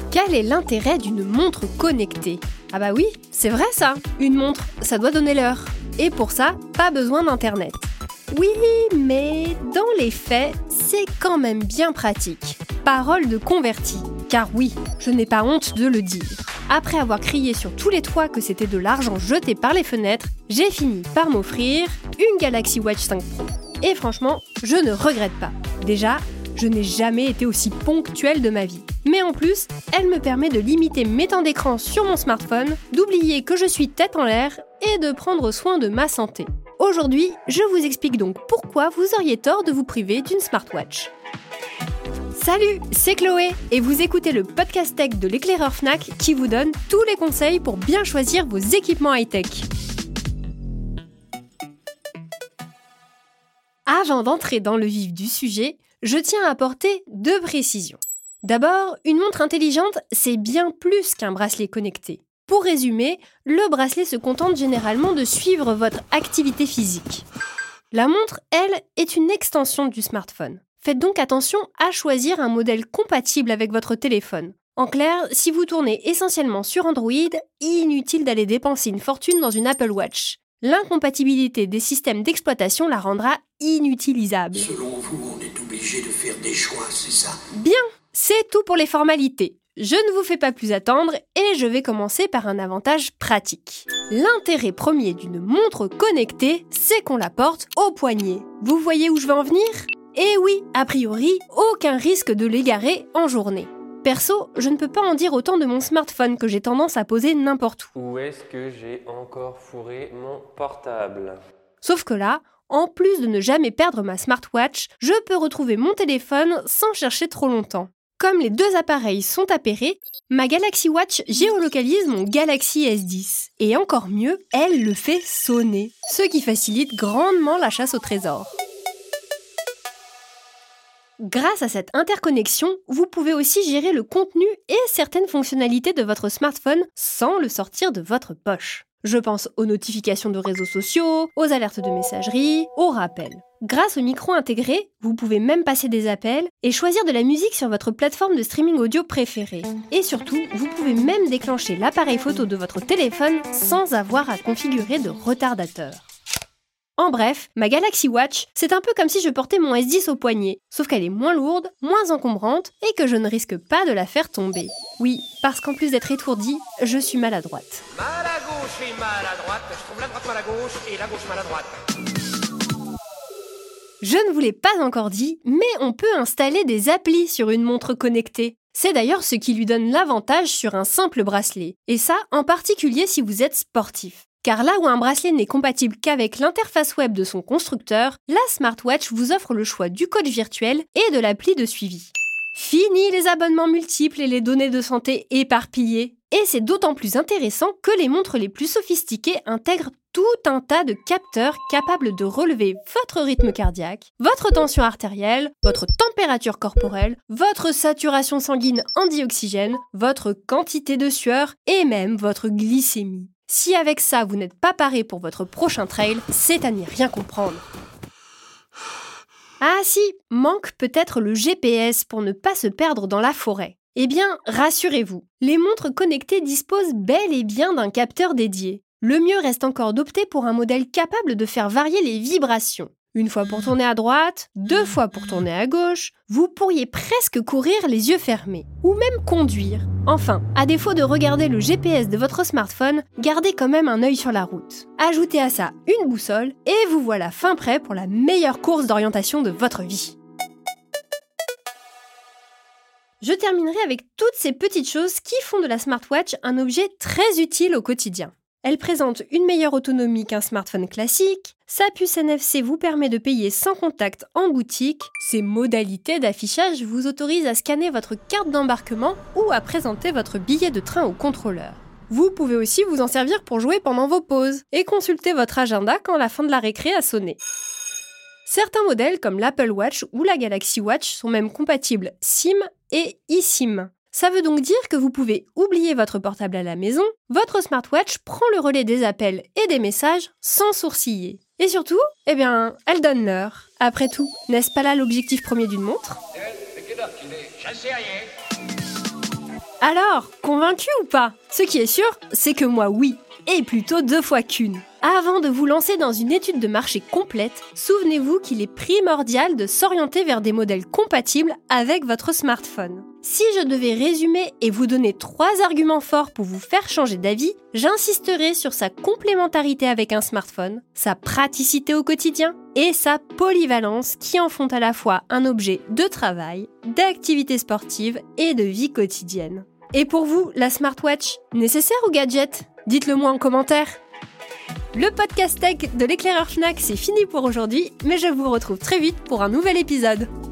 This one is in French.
Quel est l'intérêt d'une montre connectée ? Ah bah oui, c'est vrai ça. Une montre, ça doit donner l'heure. Et pour ça, pas besoin d'internet. Oui, mais dans les faits, c'est quand même bien pratique. Parole de converti. Car oui, je n'ai pas honte de le dire. Après avoir crié sur tous les toits que c'était de l'argent jeté par les fenêtres, j'ai fini par m'offrir une Galaxy Watch 5 Pro. Et franchement, je ne regrette pas. Déjà, je n'ai jamais été aussi ponctuelle de ma vie. Mais en plus, elle me permet de limiter mes temps d'écran sur mon smartphone, d'oublier que je suis tête en l'air et de prendre soin de ma santé. Aujourd'hui, je vous explique donc pourquoi vous auriez tort de vous priver d'une smartwatch. Salut, c'est Chloé et vous écoutez le podcast tech de l'éclaireur Fnac qui vous donne tous les conseils pour bien choisir vos équipements high-tech. Avant d'entrer dans le vif du sujet, je tiens à apporter 2 précisions. D'abord, une montre intelligente, c'est bien plus qu'un bracelet connecté. Pour résumer, le bracelet se contente généralement de suivre votre activité physique. La montre, elle, est une extension du smartphone. Faites donc attention à choisir un modèle compatible avec votre téléphone. En clair, si vous tournez essentiellement sur Android, inutile d'aller dépenser une fortune dans une Apple Watch. L'incompatibilité des systèmes d'exploitation la rendra inutilisable. Selon vous, on est obligé de faire des choix, c'est ça ? Bien, c'est tout pour les formalités. Je ne vous fais pas plus attendre et je vais commencer par un avantage pratique. L'intérêt premier d'une montre connectée, c'est qu'on la porte au poignet. Vous voyez où je veux en venir ? Eh oui, a priori, aucun risque de l'égarer en journée. Perso, je ne peux pas en dire autant de mon smartphone que j'ai tendance à poser n'importe où. Où est-ce que j'ai encore fourré mon portable ? Sauf que là, en plus de ne jamais perdre ma smartwatch, je peux retrouver mon téléphone sans chercher trop longtemps. Comme les 2 appareils sont appairés, ma Galaxy Watch géolocalise mon Galaxy S10. Et encore mieux, elle le fait sonner, ce qui facilite grandement la chasse au trésor. Grâce à cette interconnexion, vous pouvez aussi gérer le contenu et certaines fonctionnalités de votre smartphone sans le sortir de votre poche. Je pense aux notifications de réseaux sociaux, aux alertes de messagerie, aux rappels. Grâce au micro intégré, vous pouvez même passer des appels et choisir de la musique sur votre plateforme de streaming audio préférée. Et surtout, vous pouvez même déclencher l'appareil photo de votre téléphone sans avoir à configurer de retardateur. En bref, ma Galaxy Watch, c'est un peu comme si je portais mon S10 au poignet, sauf qu'elle est moins lourde, moins encombrante et que je ne risque pas de la faire tomber. Oui, parce qu'en plus d'être étourdie, je suis maladroite. Mal à gauche et mal à droite, je trouve la droite mal à gauche et la gauche mal à droite. Je ne vous l'ai pas encore dit, mais on peut installer des applis sur une montre connectée. C'est d'ailleurs ce qui lui donne l'avantage sur un simple bracelet, et ça en particulier si vous êtes sportif. Car là où un bracelet n'est compatible qu'avec l'interface web de son constructeur, la smartwatch vous offre le choix du coach virtuel et de l'appli de suivi. Fini les abonnements multiples et les données de santé éparpillées. Et c'est d'autant plus intéressant que les montres les plus sophistiquées intègrent tout un tas de capteurs capables de relever votre rythme cardiaque, votre tension artérielle, votre température corporelle, votre saturation sanguine en dioxygène, votre quantité de sueur et même votre glycémie. Si avec ça vous n'êtes pas paré pour votre prochain trail, c'est à n'y rien comprendre. Ah si, manque peut-être le GPS pour ne pas se perdre dans la forêt. Eh bien, rassurez-vous, les montres connectées disposent bel et bien d'un capteur dédié. Le mieux reste encore d'opter pour un modèle capable de faire varier les vibrations. 1 fois pour tourner à droite, 2 fois pour tourner à gauche, vous pourriez presque courir les yeux fermés. Ou même conduire. Enfin, à défaut de regarder le GPS de votre smartphone, gardez quand même un œil sur la route. Ajoutez à ça une boussole et vous voilà fin prêt pour la meilleure course d'orientation de votre vie. Je terminerai avec toutes ces petites choses qui font de la smartwatch un objet très utile au quotidien. Elle présente une meilleure autonomie qu'un smartphone classique, sa puce NFC vous permet de payer sans contact en boutique, ses modalités d'affichage vous autorisent à scanner votre carte d'embarquement ou à présenter votre billet de train au contrôleur. Vous pouvez aussi vous en servir pour jouer pendant vos pauses et consulter votre agenda quand la fin de la récré a sonné. Certains modèles comme l'Apple Watch ou la Galaxy Watch sont même compatibles SIM et eSIM. Ça veut donc dire que vous pouvez oublier votre portable à la maison, votre smartwatch prend le relais des appels et des messages sans sourciller. Et surtout, elle donne l'heure. Après tout, n'est-ce pas là l'objectif premier d'une montre ? Alors, convaincu ou pas? Ce qui est sûr, c'est que moi oui, et plutôt 2 fois qu'une. Avant de vous lancer dans une étude de marché complète, souvenez-vous qu'il est primordial de s'orienter vers des modèles compatibles avec votre smartphone. Si je devais résumer et vous donner 3 arguments forts pour vous faire changer d'avis, j'insisterai sur sa complémentarité avec un smartphone, sa praticité au quotidien et sa polyvalence qui en font à la fois un objet de travail, d'activité sportive et de vie quotidienne. Et pour vous, la smartwatch, nécessaire ou gadget? Dites-le moi en commentaire. Le podcast tech de l'éclaireur Fnac, c'est fini pour aujourd'hui, mais je vous retrouve très vite pour un nouvel épisode.